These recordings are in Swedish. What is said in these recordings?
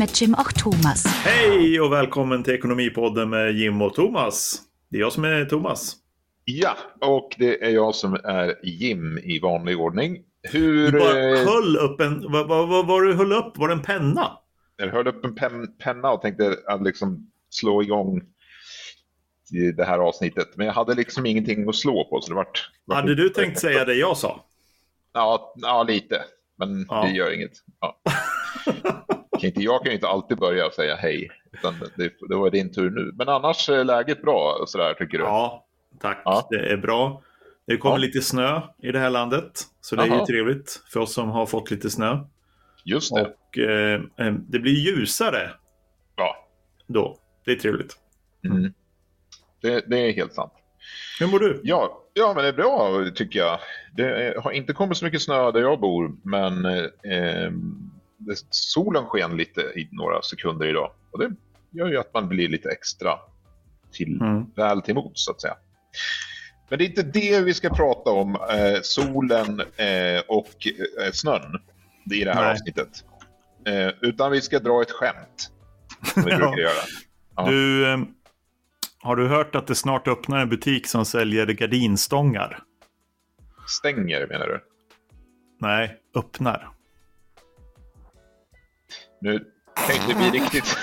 med Jim och Thomas. Hej och välkommen till Ekonomipodden med Jim och Thomas. Det är jag som är Thomas. Ja, och det är jag som är Jim i vanlig ordning. Hur... Du bara höll upp en... Vad var du höll upp? Var det en penna? Jag höll upp en penna och tänkte att liksom slå igång i det här avsnittet. Men jag hade liksom ingenting att slå på. Så det vart Hade du tänkt säga det jag sa? Ja, lite. Men det gör inget. Ja. Jag kan ju inte alltid börja och säga hej. Utan det var din tur nu. Men annars är läget bra, sådär, tycker du? Ja, tack. Ja. Det är bra. Det kommer lite snö i det här landet. Så det är ju trevligt för oss som har fått lite snö. Just det. Och det blir ljusare. Ja. Då. Det är trevligt. Mm. Det är helt sant. Hur mår du? Ja, men det är bra, tycker jag. Det har inte kommit så mycket snö där jag bor. Men solen sken lite i några sekunder idag. Och det gör ju att man blir lite extra väl till mod, så att säga. Men det är inte det vi ska prata om, solen och snön i det här avsnittet. Utan vi ska dra ett skämt, som vi brukar göra. Ja. Har du hört att det snart öppnar en butik som säljer gardinstångar? Stänger, menar du? Nej, öppnar. Nu kan inte vi riktigt...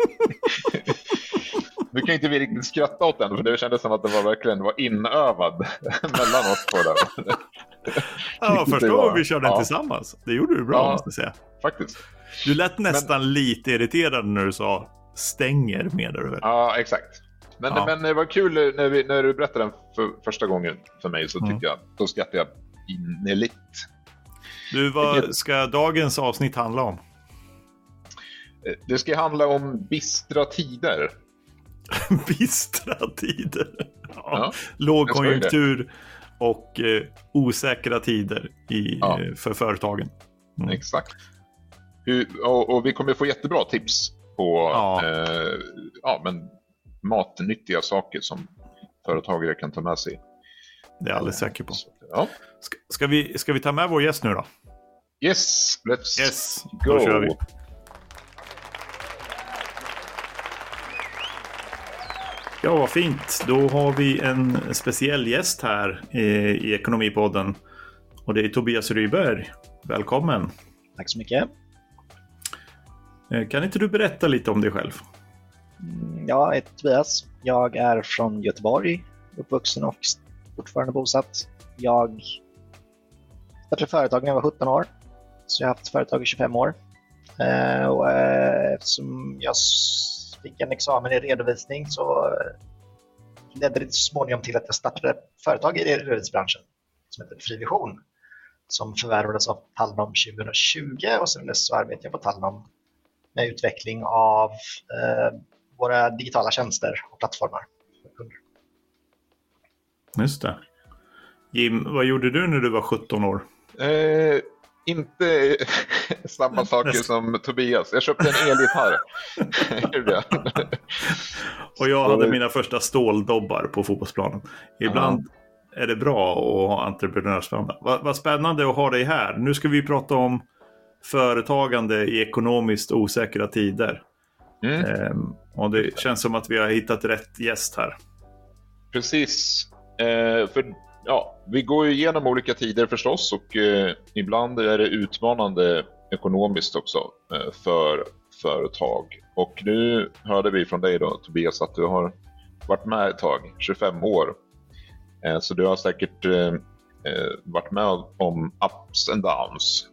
Nu kan inte vi riktigt skratta åt den, för det kändes som att det var inövad mellan oss på den. Ja, första gången vi körde den tillsammans. Det gjorde du bra, måste jag säga. Faktiskt. Du lät nästan lite irriterad när du sa stänger, menar du väl? Ja, exakt. Men det var kul när du berättade den för första gången för mig, så tycker jag, då skrattade jag innerligt. Du, vad ska dagens avsnitt handla om? Det ska handla om bistra tider. Bistra tider. Ja. Lågkonjunktur och osäkra tider för företagen. Exakt. Och vi kommer få jättebra tips på men matnyttiga saker som företagare kan ta med sig. Det är jag alldeles säker på. Ja. Ska vi ta med vår gäst nu då? Yes, let's go. Då kör vi. Ja, vad fint. Då har vi en speciell gäst här i Ekonomipodden. Och det är Tobias Ryberg. Välkommen. Tack så mycket. Kan inte du berätta lite om dig själv? Jag heter Tobias. Jag är från Göteborg, uppvuxen och fortfarande bosatt. Jag startade företag när jag var 17 år. Så jag har haft företag i 25 år. Och eftersom jag fick en examen i redovisning så ledde det så småningom till att jag startade företag i redovisningsbranschen som heter Frivision, som förvärvades av Talnom 2020, och sen dess så arbetar jag på Talnom med utveckling av våra digitala tjänster och plattformar för kunder. Just det. Jim, vad gjorde du när du var 17 år? Inte samma saker som Tobias. Jag köpte en elgitarr. Och jag hade mina första ståldobbar på fotbollsplanen. Ibland är det bra att ha entreprenörsfanda. Vad spännande att ha dig här. Nu ska vi prata om företagande i ekonomiskt osäkra tider. Och det känns som att vi har hittat rätt gäst här. Precis. Vi går ju igenom olika tider förstås, och ibland är det utmanande ekonomiskt också för företag. Och nu hörde vi från dig då, Tobias, att du har varit med ett tag, 25 år. Så du har säkert varit med om ups and downs.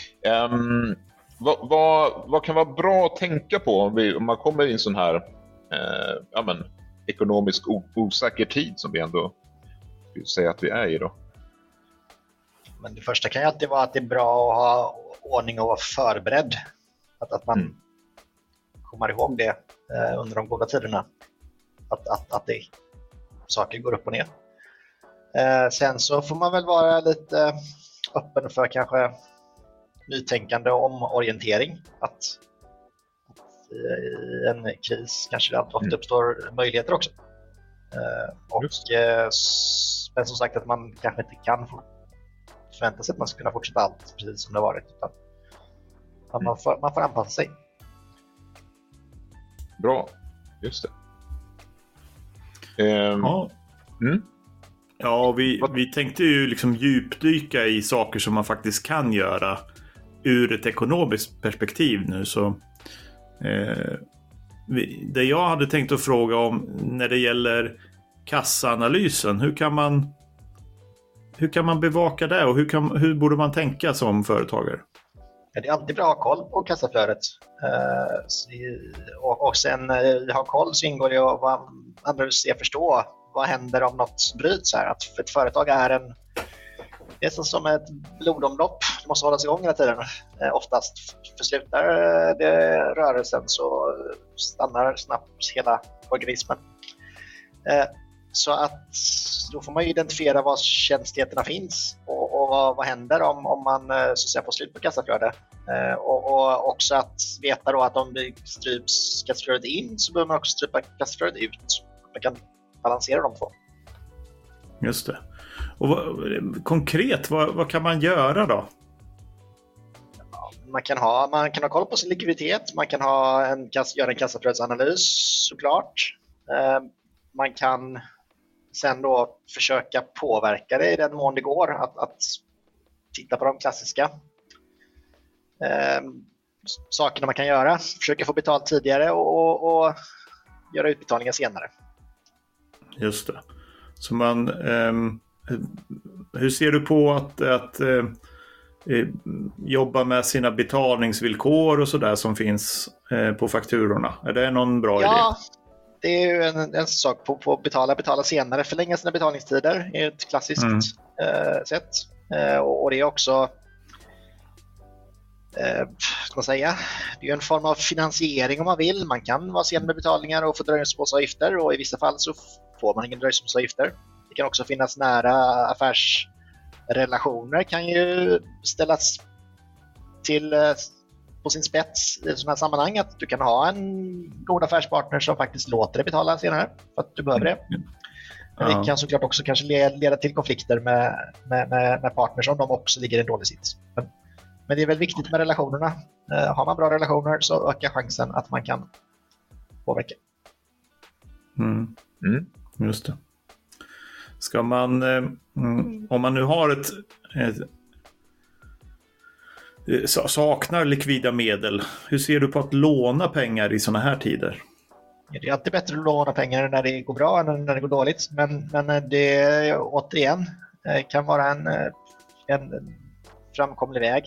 Vad kan vara bra att tänka på om man kommer i en sån här ekonomisk osäker tid som vi ändå säga att vi är i då? Men det första kan ju alltid vara att det är bra att ha ordning och vara förberedd. Att man kommer ihåg det under de goda tiderna. Att saker går upp och ner. Sen så får man väl vara lite öppen för kanske nytänkande och omorientering. Att i en kris kanske det ofta uppstår möjligheter också. Men som sagt att man kanske inte kan förvänta sig att man ska kunna fortsätta allt precis som det har varit. Utan man får anpassa sig. Bra, just det. Ja. Ja, vi tänkte ju liksom djupdyka i saker som man faktiskt kan göra ur ett ekonomiskt perspektiv nu. Så det jag hade tänkt att fråga om när det gäller kassaanalysen, hur kan man bevaka det och hur borde man tänka som företagare? Ja, det är alltid bra att ha koll på kassaflödet. Och sen ha koll så ingår det att analysera och förstå vad händer om något bryts här. Att för ett företag det är som ett blodomlopp. Det måste hållas igång hela tiden. Oftast förslutar det rörelsen så stannar snabbt hela organismen. Så att då får man ju identifiera var känsligheterna finns och vad händer om man så att säga får slut på kassaflödet. Och också att veta då att om det stryps kassaflödet in så behöver man också strypa kassaflödet ut. Man kan balansera de två. Just det. Och konkret, vad kan man göra då? Ja, man kan ha koll på sin likviditet. Man kan göra en kassaflödesanalys såklart. Man kan sen då försöka påverka det i den mån det går. Att titta på de klassiska sakerna man kan göra. Försöka få betalt tidigare och göra utbetalningar senare. Just det. Så hur ser du på att jobba med sina betalningsvillkor och sådär som finns på fakturorna? Är det någon bra idé? Ja, det är ju en sak på betala senare. Förlänga sina betalningstider är ett klassiskt sätt. Och det är också ska man säga, det är en form av finansiering om man vill. Man kan vara sen med betalningar och få dröjsmålsavgifter och i vissa fall så får man ingen dröjsmålsavgifter. Det kan också finnas nära affärsrelationer kan ju ställas till på sin spets i sådana här sammanhang att du kan ha en god affärspartner som faktiskt låter dig betala senare för att du behöver det. Men det kan såklart också kanske leda till konflikter med partners om de också ligger i en dålig sits. Men det är väl viktigt med relationerna. Har man bra relationer så ökar chansen att man kan påverka. Just det. Ska man, om man nu har saknar likvida medel, hur ser du på att låna pengar i såna här tider? Ja, det är alltid bättre att låna pengar när det går bra än när det går dåligt. Men det återigen kan vara en framkomlig väg.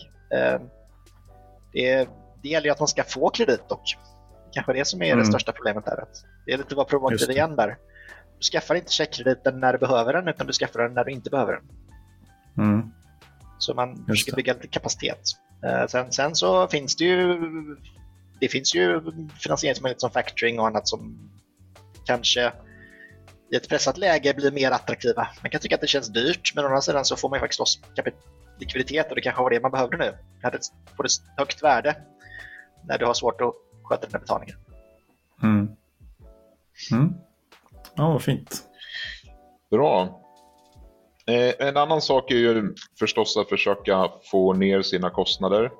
Det gäller ju att man ska få kredit dock. Kanske det som är det största problemet där. Att det är lite vad provokativt igen där. Du skaffar inte checkkrediten när du behöver den utan du skaffar den när du inte behöver den. Så man försöker bygga lite kapacitet. Sen så finns det finns ju finansieringsmöjligheter som factoring och annat som kanske i ett pressat läge blir mer attraktiva. Man kan tycka att det känns dyrt, men å andra sidan så får man ju faktiskt loss likviditet och det kanske var det man behövde nu. Det får ett högt värde när du har svårt att sköta den här betalningen. Ja, vad fint. Bra. En annan sak är ju förstås att försöka få ner sina kostnader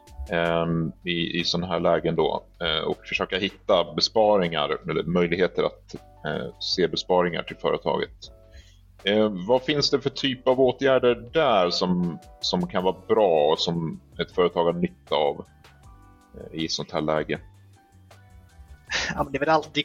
i sådana här lägen då och försöka hitta besparingar eller möjligheter att se besparingar till företaget. Vad finns det för typ av åtgärder där som kan vara bra och som ett företag har nytta av i sånt här läge? Ja, men det är väl alltid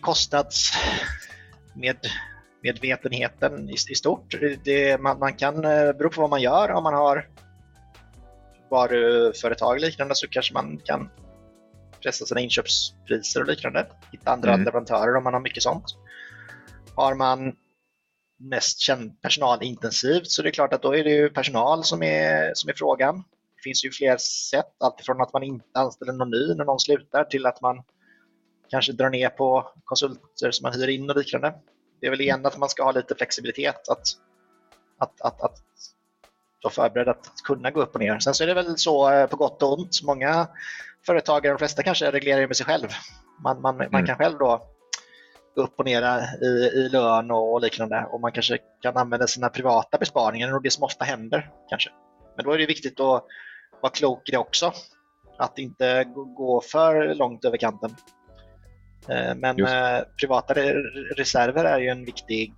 kostnadsmedvetenheten i stort. Man kan bero på vad man gör. Om man har varuföretag liknande så kanske man kan pressa sina inköpspriser och liknande. Hitta andra leverantörer om man har mycket sånt. Har man mest personalintensivt så det är klart att då är det ju personal som är frågan. Det finns ju fler sätt, alltifrån att man inte anställer någon ny när någon slutar till att man kanske drar ner på konsulter som man hyr in och liknande. Det är väl igen att man ska ha lite flexibilitet att vara förberedd att kunna gå upp och ner. Sen så är det väl så på gott och ont. Många företagare, de flesta kanske reglerar med sig själv. Man kan själv då gå upp och ner i lön och liknande. Och man kanske kan använda sina privata besparingar och det som ofta händer kanske. Men då är det viktigt att vara klok i det också. Att inte gå för långt över kanten. Men privata reserver är ju en viktig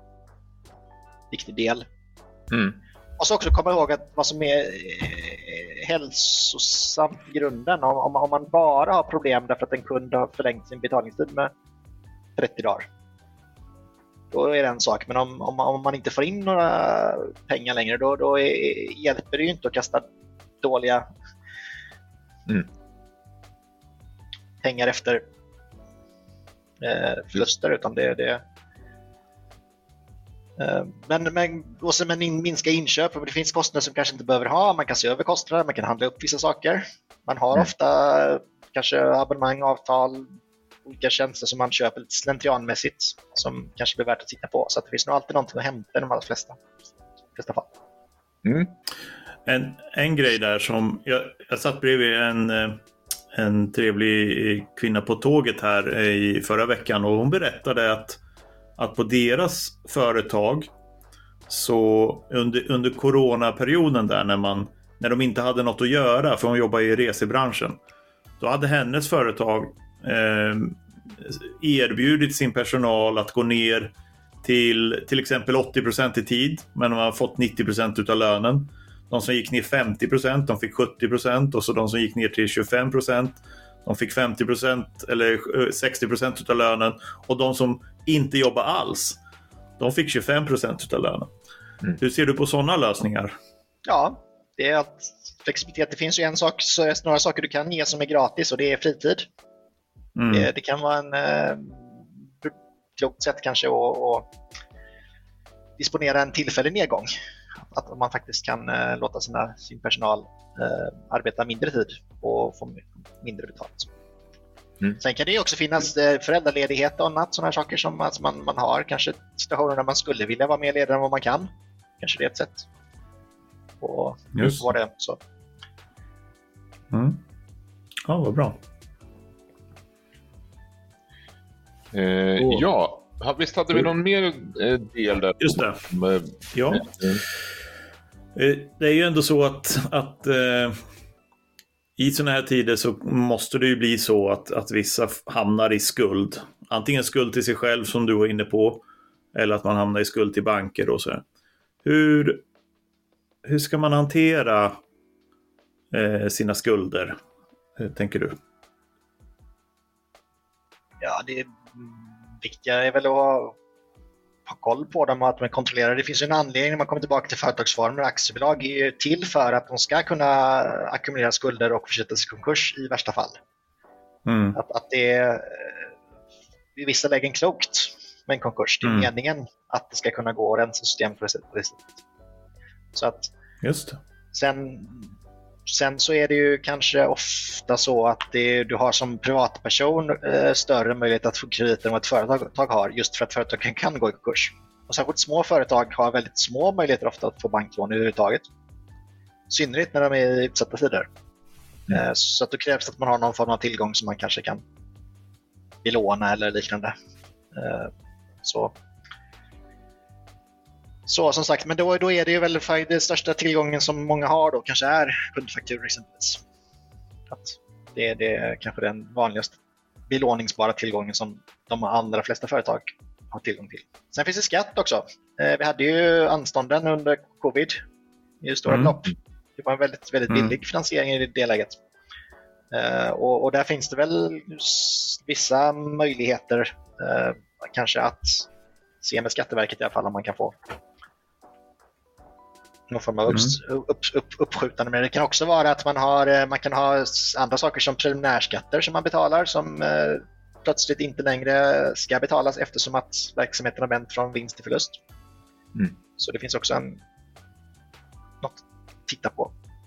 del. Och så också komma ihåg att vad som är hälsosamt i grunden, om man bara har problem därför att en kund har förlängt sin betalningstid med 30 dagar, då är det en sak. Men om man inte får in några pengar längre, då hjälper det ju inte att kasta dåliga pengar efter förluster, utan men minska inköp. Det finns kostnader som kanske inte behöver ha. Man kan se över kostnader, man kan handla upp vissa saker. Man har ofta kanske abonnemang, avtal, olika tjänster som man köper lite slentrianmässigt som kanske blir värt att titta på. Så att det finns nog alltid någonting att hämta i de allra flesta fall. En grej där som jag satt bredvid en trevlig kvinna på tåget här i förra veckan, och hon berättade att på deras företag så under coronaperioden där när de inte hade något att göra, för hon jobbar i resebranschen, då hade hennes företag erbjudit sin personal att gå ner till exempel 80% i tid, men de har fått 90% utav lönen. De som gick ner 50%, de fick 70%, och så de som gick ner till 25%, de fick 50% eller 60% utav lönen, och de som inte jobbar alls, de fick 25% utav lönen. Hur ser du på sådana lösningar? Ja, det är att flexibilitet. Det finns ju några saker du kan ge som är gratis, och det är fritid. Det kan vara en klokt sätt kanske att disponera en tillfällig nedgång. Att man faktiskt kan låta sin personal arbeta mindre tid och få mindre betalt. Sen kan det ju också finnas föräldraledighet och annat, sådana saker som att man har kanske situationer där man skulle vilja vara mer ledare än vad man kan. Kanske det är ett sätt. Och var det så. Ja, vad bra. Ja, visst hade vi någon mer del där? Just det. Ja. Det är ju ändå så att i såna här tider så måste det ju bli så att vissa hamnar i skuld. Antingen skuld till sig själv, som du var inne på, eller att man hamnar i skuld till banker och så här. Hur ska man hantera sina skulder, tänker du? Ja, det viktiga är väl att ha koll på dem och att man kontrollerar. Det finns ju en anledning när man kommer tillbaka till företagsformer. Aktiebolag är ju till för att de ska kunna ackumulera skulder och försätta sig i konkurs i värsta fall. Att det är i vissa lägen klokt med en konkurs. Det är meningen att det ska kunna gå att rensa system på det sättet. Så att just det. Sen så är det ju kanske ofta så att du har som privatperson större möjlighet att få krediter än vad ett företag har, just för att företagen kan gå i konkurs. Och särskilt små företag har väldigt små möjligheter ofta att få banklån överhuvudtaget. I synnerhet när de är i utsatta tider. Så att det krävs att man har någon form av tillgång som man kanske kan belåna eller liknande. Så som sagt, men då är det ju väl den största tillgången som många har då kanske är kundfakturor exempelvis. Att det är kanske den vanligaste belåningsbara tillgången som de allra flesta företag har tillgång till. Sen finns det skatt också. Vi hade ju anstånden under covid i stora belopp. Det var en väldigt, väldigt billig finansiering i det läget. Och där finns det väl vissa möjligheter kanske att se med Skatteverket i alla fall om man kan få någon form av uppskjutande. Men det kan också vara att man kan ha andra saker som preliminärskatter som man betalar som plötsligt inte längre ska betalas eftersom att verksamheten har vänt från vinst till förlust. Så det finns också något att titta på.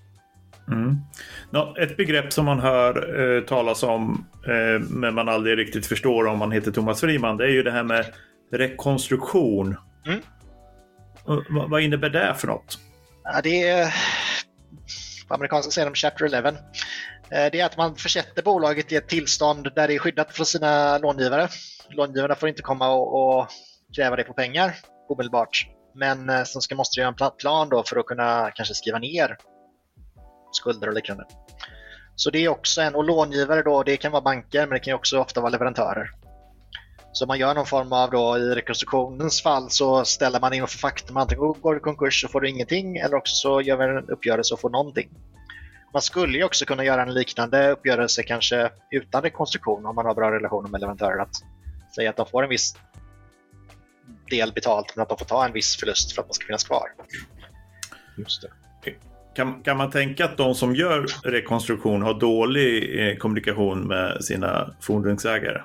Ett begrepp som man hör talas om men man aldrig riktigt förstår om man heter Thomas Friman, det är ju det här med rekonstruktion. Vad innebär det för något? Ja, det är på amerikanska säger de Chapter 11. Det är att man försätter bolaget i ett tillstånd där det är skyddat från sina långivare. Långivarna får inte komma och kräva det på pengar omedelbart. Men sen måste det göra en plan då för att kunna kanske skriva ner skulder och liknande. Så det är också och långivare då, det kan vara banker men det kan också ofta vara leverantörer. Så man gör någon form av då, i rekonstruktionens fall så ställer man inför faktum, antingen går du i konkurs så får du ingenting eller också så gör vi en uppgörelse och får någonting. Man skulle ju också kunna göra en liknande uppgörelse kanske utan rekonstruktion om man har bra relationer med leverantörer, att säga att de får en viss del betalt men att de får ta en viss förlust för att man ska finnas kvar. Just det. Kan man tänka att de som gör rekonstruktion har dålig kommunikation med sina fordringsägare?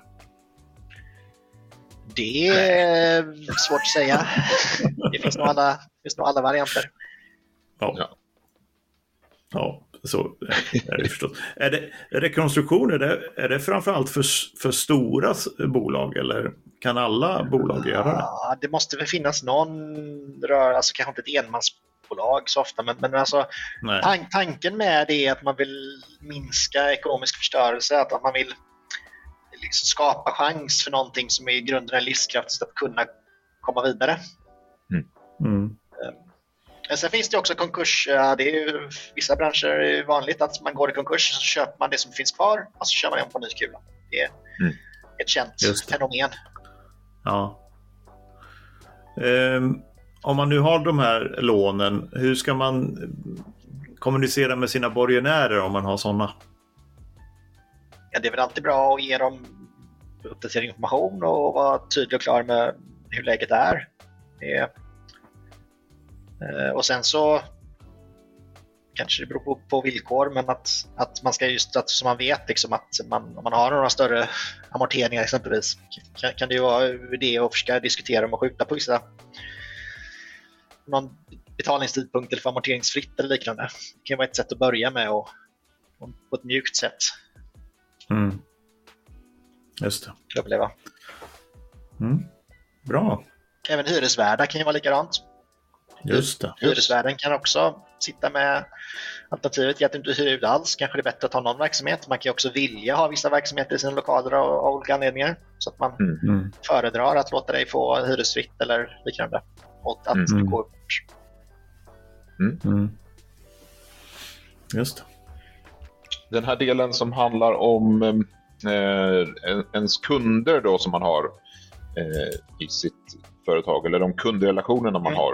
Det är svårt att säga. Det finns nog alla varianter. Ja, så är det förstås. Rekonstruktion, är det framförallt för stora bolag eller kan alla bolag göra det? Ja, det måste väl finnas någon alltså kanske inte ett enmansbolag så ofta, men alltså tanken med det är att man vill minska ekonomisk förstörelse, att man vill liksom skapa chans för någonting som i grunden är livskraftigt att kunna komma vidare. Sen finns det också konkurs. Det är ju, vissa branscher är vanligt att man går i konkurs så köper man det som finns kvar och så kör man igen på ny kula. Det är ett känt fenomen. Ja. Om man nu har de här lånen, hur ska man kommunicera med sina borgenärer om man har sådana? Ja, det är väl alltid bra att ge dem uppdaterad information och vara tydlig och klar med hur läget är. Och sen så kanske det beror på villkor, men att man ska just att så man vet liksom att om man har några större amorteringar exempelvis kan det ju vara idé att försöka diskutera om att skjuta på någon betalningstidpunkt eller för amorteringsfritt eller liknande. Det kan vara ett sätt att börja med och på ett mjukt sätt. Just det. Uppleva. Bra. Även hyresvärdar kan ju vara likadant. Just det. Hyresvärden kan också sitta med alternativet att inte hyra ut alls. Kanske det är bättre att ha någon verksamhet. Man kan ju också vilja ha vissa verksamheter i sina lokaler av olika anledningar. Så att man föredrar att låta dig få hyresfritt eller liknande. Och att det går upp. Just det. Den här delen som handlar om ens kunder då som man har i sitt företag, eller de kundrelationerna man har.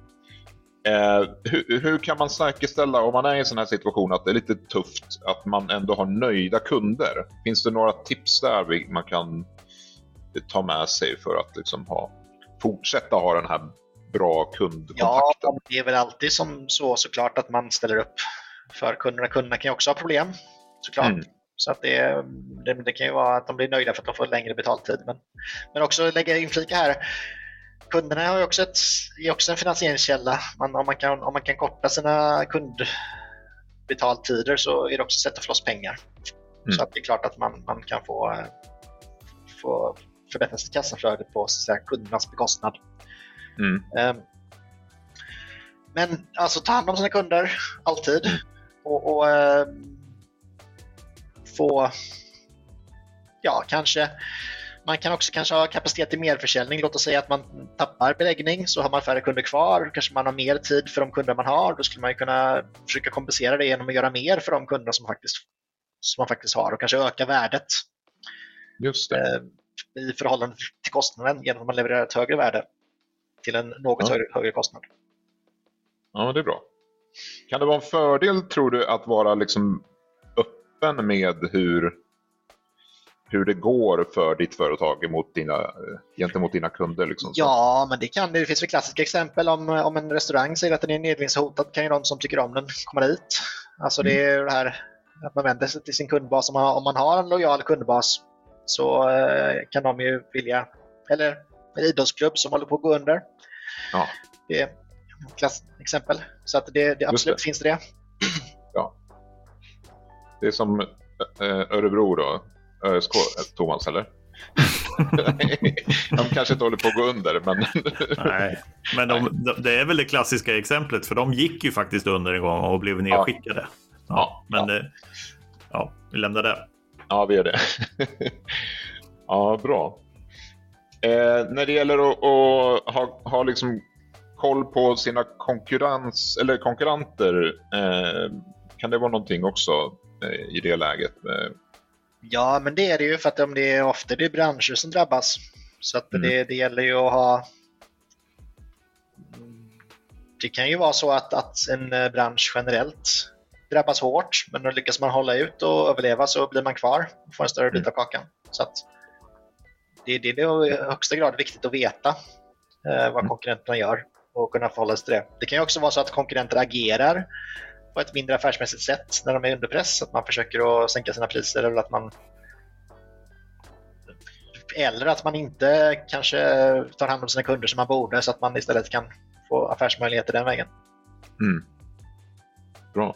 Hur kan man säkerställa om man är i en sån här situation att det är lite tufft att man ändå har nöjda kunder? Finns det några tips där man kan ta med sig för att liksom fortsätta ha den här bra kundkontakten? Ja, det är väl alltid såklart att man ställer upp för kunderna. Kunderna kan ju också ha problem såklart. Så att det kan ju vara att de blir nöjda för att de får längre betaltid. Men också lägga inflika här. Kunderna har ju också en finansieringskälla. Om man kan korta sina kundbetaltider så är det också ett sätt att få loss pengar. Så att det är klart att man kan få förbättra sitt kassaflöde på kundernas bekostnad. Men alltså ta hand om sina kunder alltid och få kanske man kan också kanske ha kapacitet till merförsäljning. Låt oss säga att man tappar beläggning så har man färre kunder kvar. Kanske man har mer tid för de kunder man har. Då skulle man ju kunna försöka kompensera det genom att göra mer för de kunder som man faktiskt har och kanske öka värdet. Just det. I förhållande till kostnaden genom att man levererar ett högre värde till en något högre kostnad. Ja, det är bra. Kan det vara en fördel, tror du, att vara liksom öppen med hur det går för ditt företag gentemot dina kunder? Liksom, så? Ja, men det finns väl klassiska exempel. Om en restaurang säger att den är nedläggningshotad kan ju de som tycker om den komma dit. Alltså det är det här att man vänder sig till sin kundbas. Om man har en lojal kundbas så kan de ju vilja, eller en idrottsklubb som håller på att gå under. Ja. Det är ett klassiskt exempel. Så att det absolut finns det. Ja. Det är som Örebro då. ÖSK, Thomas, eller? De kanske inte håller på att gå under, men... Nej, men det är väl det klassiska exemplet, för de gick ju faktiskt under en gång och blev nedskickade. Vi lämnar det. Ja, vi gör det. Ja, bra. När det gäller att ha liksom koll på sina konkurrenter, kan det vara någonting också i det läget? Ja, men det är det ju för att det är ofta det är branscher som drabbas. Så att det gäller ju att ha... Det kan ju vara så att en bransch generellt drabbas hårt, men då lyckas man hålla ut och överleva så blir man kvar och får en större bit av kakan. Så att det är i högsta grad viktigt att veta vad konkurrenterna gör och kunna förhålla sig till det. Det kan ju också vara så att konkurrenter agerar på ett mindre affärsmässigt sätt när de är under press, att man försöker att sänka sina priser eller att man inte kanske tar hand om sina kunder som man borde, så att man istället kan få affärsmöjligheter den vägen. Bra.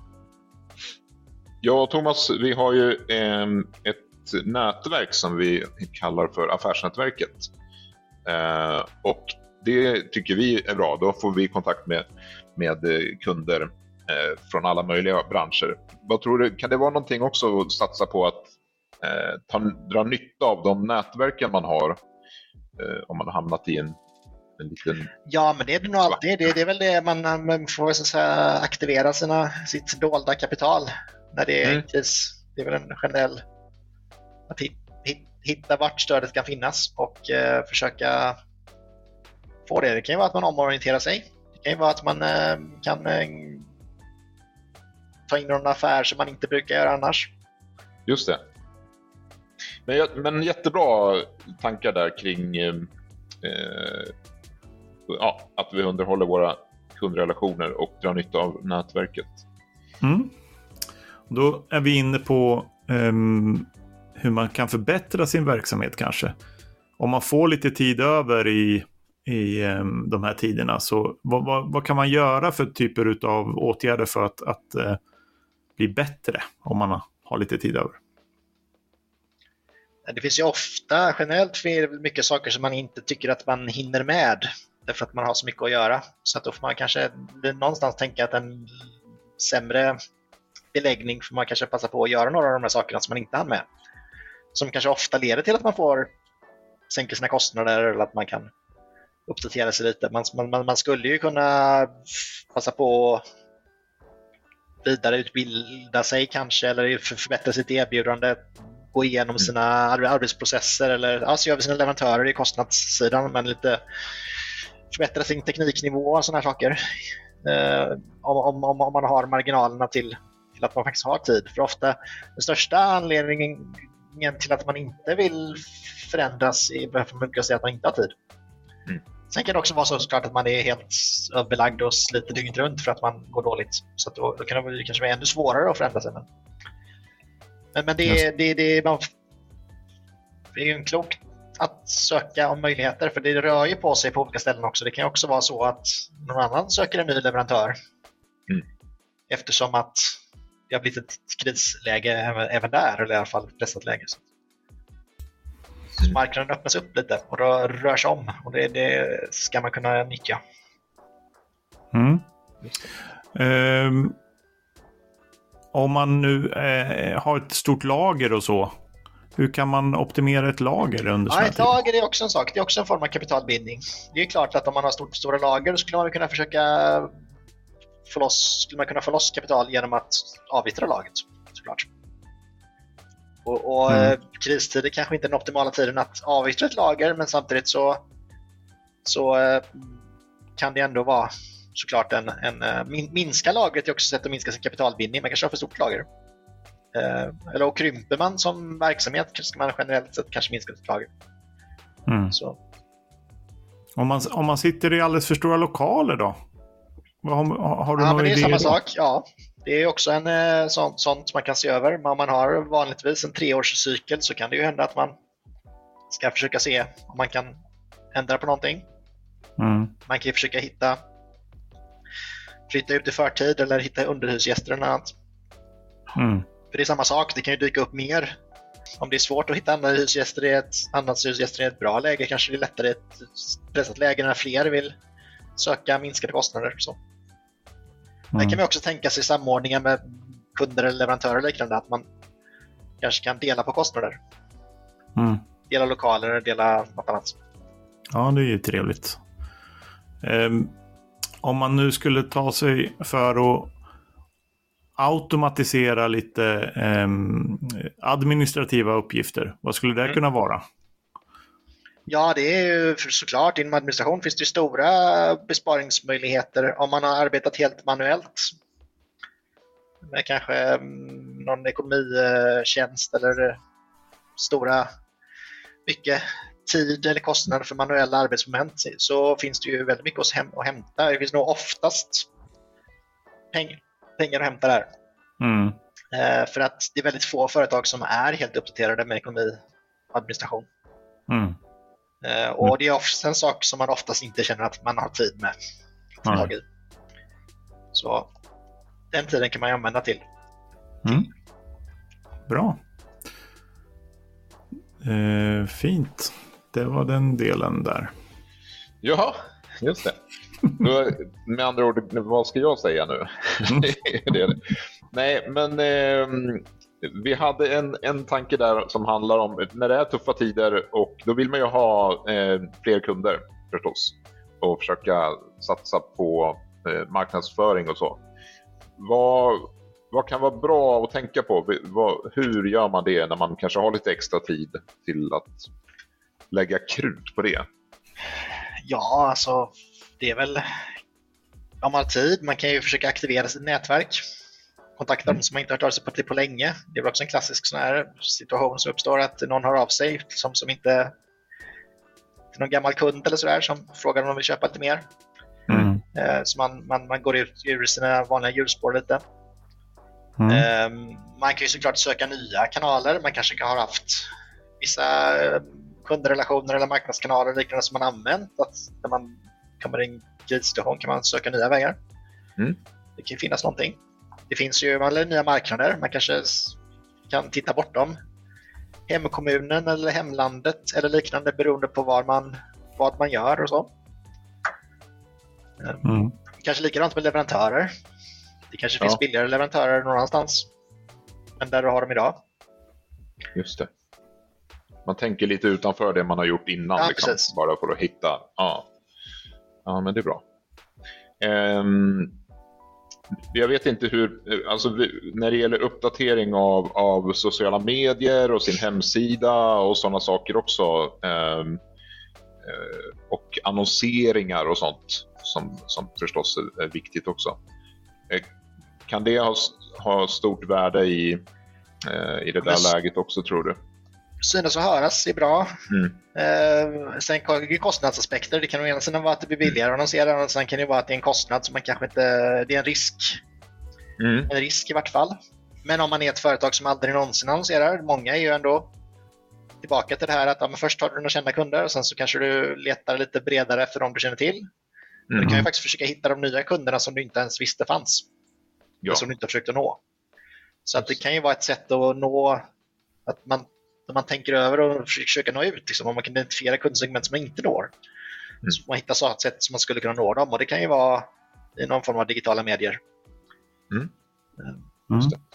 Ja, Thomas, vi har ju ett nätverk som vi kallar för affärsnätverket. Och det tycker vi är bra. Då får vi kontakt med kunder från alla möjliga branscher. Vad tror du, kan det vara någonting också att satsa på att dra nytta av de nätverken man har om man har hamnat i en liten... Ja, men det är det nog alltid. Det är väl det man får så att säga aktivera sitt dolda kapital när det är en kris. Det är väl en generell att hitta vart stödet kan finnas och försöka få det. Det kan ju vara att man omorienterar sig. Det kan ju vara att man kan ta in någon affär som man inte brukar göra annars. Just det. Men jättebra tankar där kring att vi underhåller våra kundrelationer och drar nytta av nätverket. Då är vi inne på hur man kan förbättra sin verksamhet kanske. Om man får lite tid över i de här tiderna, så vad kan man göra för typer av åtgärder för att bli bättre om man har lite tid över? Det finns ju ofta generellt mycket saker som man inte tycker att man hinner med därför att man har så mycket att göra. Så att då får man kanske någonstans tänka att en sämre beläggning får man kanske passa på att göra några av de här sakerna som man inte hann med. Som kanske ofta leder till att man får sänka sina kostnader eller att man kan uppdatera sig lite. Man skulle ju kunna passa på att vidareutbilda sig kanske eller förbättra sitt erbjudande, gå igenom sina arbetsprocesser eller se över sina leverantörer i kostnadssidan, men lite förbättra sin tekniknivå och sådana här saker. Om man har marginalerna till att man faktiskt har tid. För ofta den största anledningen till att man inte vill förändras är för mycket att säga att man inte har tid. Sen kan det också vara så klart att man är helt överbelagd och sliter dygnet runt för att man går dåligt. Så att då kan det kanske vara ännu svårare att förändra sig. Men det är ju en klokt att söka om möjligheter, för det rör ju på sig på olika ställen också. Det kan ju också vara så att någon annan söker en ny leverantör eftersom att det har blivit ett krisläge även där, eller i alla fall ett pressat läge. Så marknaden öppnas upp lite och då rör sig om, och det ska man kunna nyttja. Om man nu har ett stort lager och så, hur kan man optimera ett lager under sådana ett lager är också en sak. Det är också en form av kapitalbindning. Det är klart att om man har stora lager skulle man kunna försöka få loss kapital genom att avyttra lagret, såklart. Och kristider kanske inte är den optimala tiden att avyttra ett lager, men samtidigt så kan det ändå vara såklart minska lagret är också ett sätt att minska sin kapitalbindning. Man kanske har för stort lager. Eller och krymper man som verksamhet ska man generellt sett kanske minska sitt lager. Så. Om man sitter i alldeles för stora lokaler då? Har du någon idé? Det är samma sak, ja. Det är också en sånt man kan se över. Om man har vanligtvis en 3-årscykel så kan det ju hända att man ska försöka se om man kan ändra på någonting. Man kan ju försöka flytta ut i förtid eller hitta underhusgäster eller annat. För det är samma sak, det kan ju dyka upp mer. Om det är svårt att hitta andra husgäster i ett bra läge, kanske det är lättare i ett pressat läge när fler vill söka minskade kostnader. Så. Där kan vi också tänka sig samordningar med kunder eller leverantörer och liknande, att man kanske kan dela på kostnader. Dela lokaler eller dela något annat. Ja, det är ju trevligt. Om man nu skulle ta sig för att automatisera lite administrativa uppgifter. Vad skulle det kunna vara? Ja, det är ju såklart, inom administration finns det stora besparingsmöjligheter om man har arbetat helt manuellt. Med kanske någon ekonomitjänst eller stora mycket tid eller kostnader för manuella arbetsmoment, så finns det ju väldigt mycket att hämta. Det finns nog oftast pengar att hämta där. För att det är väldigt få företag som är helt uppdaterade med ekonomi och administration. Och det är ofta en sak som man oftast inte känner att man har tid med. Så den tiden kan man använda till. Bra. Fint. Det var den delen där. Ja, just det. Med andra ord, vad ska jag säga nu? Nej, men vi hade en tanke där som handlar om när det är tuffa tider, och då vill man ju ha fler kunder förstås och försöka satsa på marknadsföring och så. Vad kan vara bra att tänka på? Hur gör man det när man kanske har lite extra tid till att lägga krut på det? Ja, alltså det är väl om man har tid. Man kan ju försöka aktivera sitt nätverk. Kontakta dem som man inte har hört av sig på länge. Det är också en klassisk sån här situation som uppstår, att någon hör av sig som inte till någon gammal kund eller sådär som frågar om de vill köpa lite mer. Så man går ut ur sina vanliga hjulspår lite. Man kan ju såklart söka nya kanaler. Man kanske kan ha haft vissa kundrelationer eller marknadskanaler liknande som man använt, att när man kommer i en krissituation kan man söka nya vägar. Det kan finnas någonting. Det finns ju nya marknader. Man kanske kan titta bortom hemkommunen eller hemlandet eller liknande, beroende på vad man gör och så. Kanske likadant med leverantörer. Det kanske finns billigare leverantörer någon annanstans än där du har dem idag. Just det. Man tänker lite utanför det man har gjort innan, liksom, bara för att hitta. Ja, men det är bra. Jag vet inte hur, alltså, när det gäller uppdatering av sociala medier och sin hemsida och sådana saker också, och annonseringar och sånt som förstås är viktigt också. Kan det ha stort värde i det där läget också, tror du? Synas och höras är bra. Sen kostnadsaspekter. Det kan å ena sidan vara att det blir billigare att annonsera, och sen kan det vara att det är en kostnad som man kanske inte... Det är en risk. En risk i vart fall. Men om man är ett företag som aldrig någonsin annonserar, många är ju ändå tillbaka till det här att men först har du några kända kunder och sen så kanske du letar lite bredare efter dem du känner till. Men du kan ju faktiskt försöka hitta de nya kunderna som du inte ens visste fanns. Som du inte har försökt att nå. Så att det kan ju vara ett sätt att nå, att när man tänker över och försöker nå ut, liksom, om man kan identifiera kundsegment som man inte når. Så man hittar så ett sätt som man skulle kunna nå dem, och det kan ju vara i någon form av digitala medier. Just det.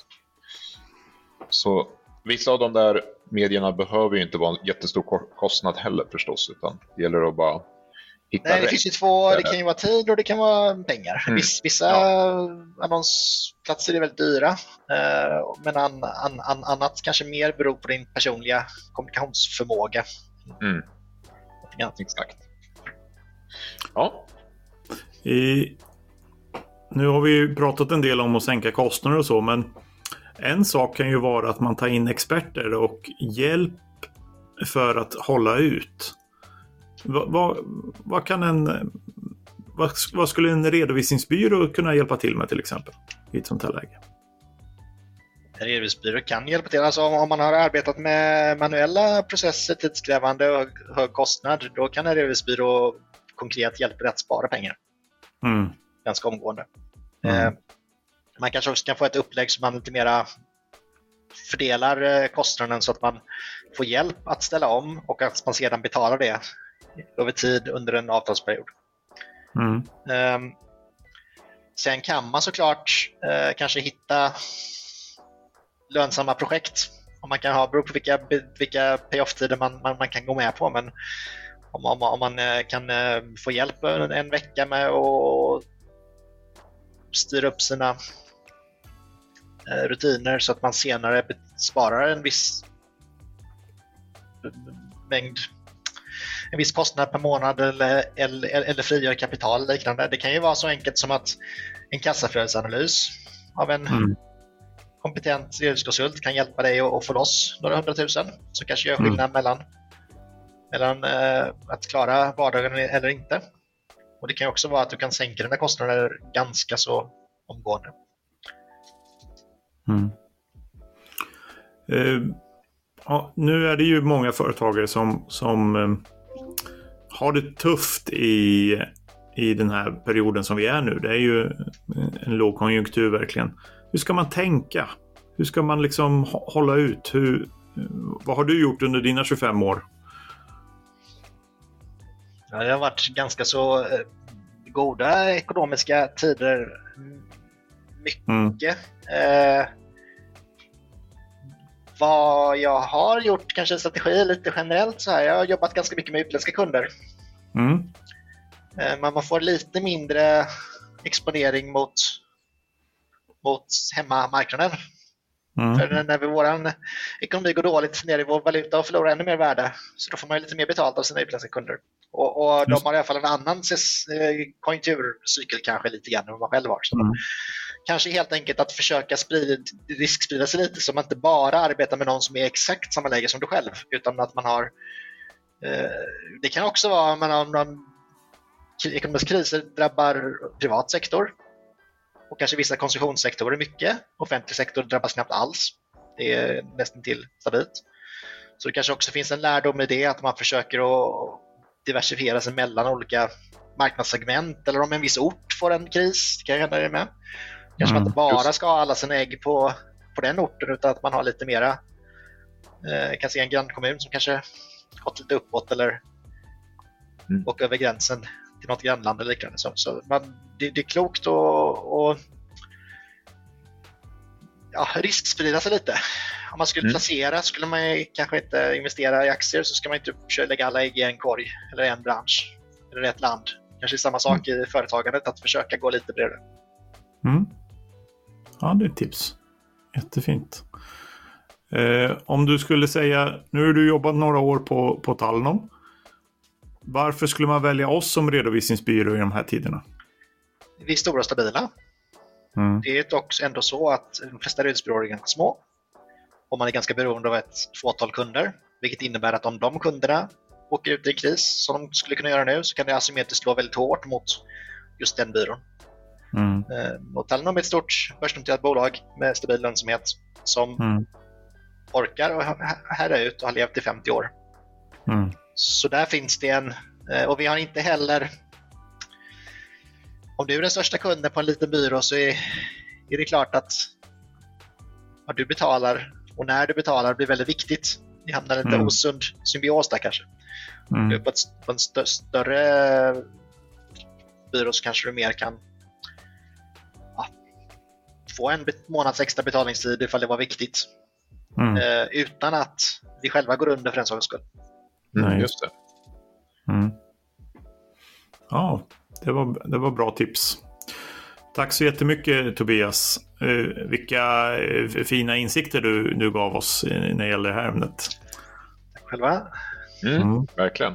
Så vissa av de där medierna behöver ju inte vara en jättestor kostnad heller förstås, utan det gäller att bara hitta rätt. Det finns ju två, det kan ju vara tid och det kan vara pengar. Vissa annonsplatser är väldigt dyra, men annat kanske mer beror på din personliga kommunikationsförmåga. Exakt. Ja. Nu har vi ju pratat en del om att sänka kostnader och så, men en sak kan ju vara att man tar in experter och hjälp för att hålla ut. Vad skulle en redovisningsbyrå kunna hjälpa till med till exempel i ett sånt här läge? En redovisningsbyrå kan hjälpa till. Alltså om man har arbetat med manuella processer, tidskrävande och hög kostnad, då kan en redovisningsbyrå konkret hjälpa dig att spara pengar. Ganska omgående. Man kanske också kan få ett upplägg som man lite mera fördelar kostnaden så att man får hjälp att ställa om och att man sedan betalar det över tid under en avtalsperiod. Sen kan man såklart kanske hitta lönsamma projekt. Om man kan beror på vilka pay-off-tider man kan gå med på, men om man kan få hjälp en vecka med att styra upp sina rutiner så att man senare sparar en viss mängd, en viss kostnad per månad eller frigör kapital eller liknande. Det kan ju vara så enkelt som att en kassaflödesanalys av en kompetent styrelsekonsult kan hjälpa dig att få loss några 100 000 som kanske gör skillnad mellan att klara vardagen eller inte. Och det kan också vara att du kan sänka dina kostnader ganska så omgående. Ja, nu är det ju många företagare som har det tufft i den här perioden som vi är nu. Det är ju en lågkonjunktur verkligen. Hur ska man tänka? Hur ska man liksom hålla ut? Vad har du gjort under dina 25 år? Ja, det har varit ganska så goda ekonomiska tider. Mycket. Vad jag har gjort, kanske strategi lite generellt så här. Jag har jobbat ganska mycket med utländska kunder. Men man får lite mindre exponering mot hemmamarknaden. För när vår ekonomi går dåligt ner i vår valuta och förlorar ännu mer värde, så då får man ju lite mer betalt av sina utländska kunder. Och de har i alla fall en annan konjunkturcykel kanske lite grann än vad man själv har. Så kanske helt enkelt att försöka risksprida sig lite, så man inte bara arbetar med någon som är exakt samma läge som du själv, utan att man har det kan också vara om någon ekonomiska kriser drabbar privat sektor och kanske vissa konsumtionssektorer mycket. Offentlig sektor drabbas knappt alls. Det är nästan till stabilt. Så det kanske också finns en lärdom i det, att man försöker att diversifiera sig mellan olika marknadssegment, eller om en viss ort får en kris, kan jag hända det med. Kanske man inte bara ska ha alla sina ägg på den orten, utan att man har lite mera, kan se en grannkommun som kanske gått lite uppåt eller och över gränsen till något grannland eller liknande. Så det är klokt att risksprida sig lite. Om man skulle placera, skulle man kanske inte investera i aktier, så ska man inte försöka lägga alla ägg i en korg eller en bransch eller ett land. Kanske samma sak i företagandet, att försöka gå lite bredare. Ja, det är ett tips. Jättefint. Om du skulle säga, nu har du jobbat några år på Talenom. Varför skulle man välja oss som redovisningsbyrå i de här tiderna? Vi är stora och stabila. Det är dock ändå så att de flesta redovisningsbyråer är ganska små. Och man är ganska beroende av ett fåtal kunder. Vilket innebär att om de kunderna åker ut i en kris, som de skulle kunna göra nu, så kan det asymmetriskt slå väldigt hårt mot just den byrån. Och Talenom är ett stort börsnoterat bolag med stabil lönsamhet som orkar och härda ut och har levt i 50 år. Så där finns det och vi har inte heller, om du är den största kunden på en liten byrå, så är det klart att vad du betalar och när du betalar blir väldigt viktigt. Det hamnar en lite osund symbios där kanske. På en större byrå så kanske du mer kan få en månads extra betalningstid ifall det var viktigt. Utan att vi själva går under för den sakens skull. Nej, just det. Ja, det var bra tips. Tack så jättemycket, Tobias. Vilka fina insikter du gav oss när det gäller det här ämnet. Tack själva. Verkligen.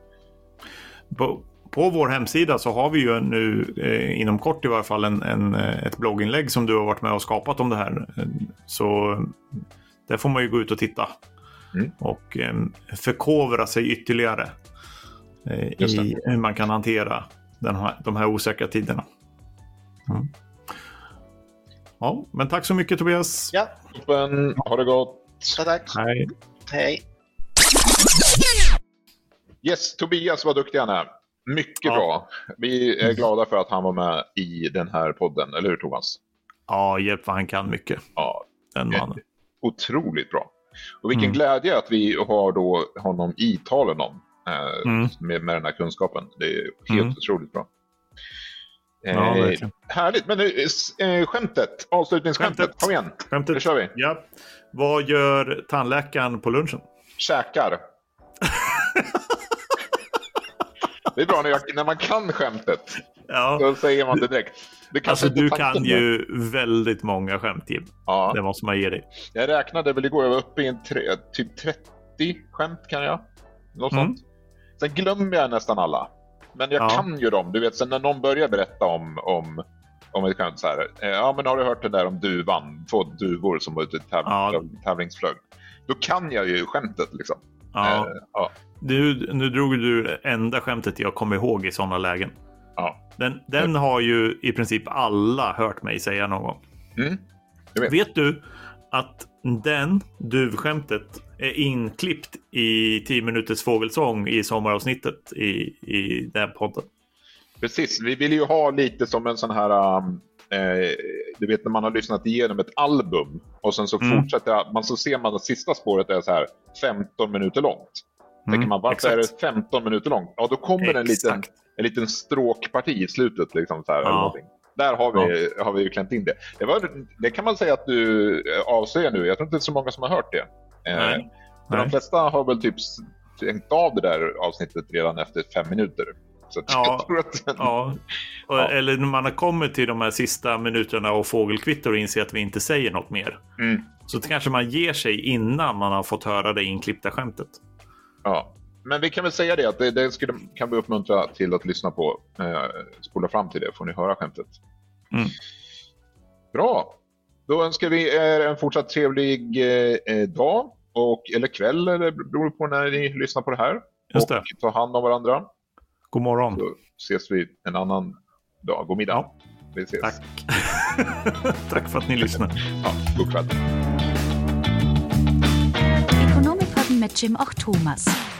På vår hemsida så har vi ju nu inom kort i varje fall ett blogginlägg som du har varit med och skapat om det här. Så där får man ju gå ut och titta och förkovra sig ytterligare i hur man kan hantera de här osäkra tiderna. Ja, men tack så mycket, Tobias. Ja. Ha det gott. Tack. Hej. Yes, Tobias, vad duktig han är. Mycket bra. Vi är glada för att han var med i den här podden, eller hur, Thomas? Ja, hjälp vad han kan mycket. Ja, den mannen. Otroligt bra. Och vilken glädje att vi har då honom i Talenom med den här kunskapen. Det är helt otroligt bra. Härligt, men skämtet, avslutningsskämtet, kom igen. Det kör vi. Ja. Vad gör tandläkaren på lunchen? Käkar. Det är bra när man kan skämtet. Ja. Då säger man det direkt. Det alltså du kan ju väldigt många skämt, Tim. Ja. Det måste man ge dig. Jag räknade väl igår, jag var uppe i typ 30 skämt kan jag. Något sånt. Sen glömmer jag nästan alla. Men jag kan ju dem. Du vet, sen när någon börjar berätta om ett skämt så här. Ja, men har du hört det där om duvan? 2 duvor som var ute i tävlingsflög. Då kan jag ju skämtet liksom. Ja. Nu drog du det enda skämtet jag kommer ihåg i sådana lägen. Ja. Den har ju i princip alla hört mig säga någon gång. Vet du att den duvskämtet är inklippt i 10 minuters fågelsång i sommaravsnittet i den podden? Precis, vi vill ju ha lite som en sån här du vet när man har lyssnat igenom ett album och sen så fortsätter man, så ser man att sista spåret är så här 15 minuter långt. Tänker man, varför är det 15 minuter långt? Ja, då kommer en liten stråkparti i slutet liksom så här, eller någonting. Där har vi ju klämt in det. Det kan man säga att du avslöjar nu. Jag tror inte det är så många som har hört det. Nej. De flesta har väl typ stängt av det där avsnittet redan efter 5 minuter. Så jag tror att eller när man har kommit till de här sista minuterna och fågelkvitter och inser att vi inte säger något mer. Så kanske man ger sig innan man har fått höra det inklippta skämtet. Ja, men vi kan väl säga det att det kan vi uppmuntra till att lyssna på. Spola fram till det, får ni höra skämtet. Bra, då önskar vi er en fortsatt trevlig dag eller kväll, eller beror på när ni lyssnar på det här. Just det. Och ta hand om varandra. God morgon. Så ses vi en annan dag. God middag. Ja. Vi ses. Tack. Tack för att ni lyssnar. Ja, god kväll. Ekonomipodden med Jim och Thomas.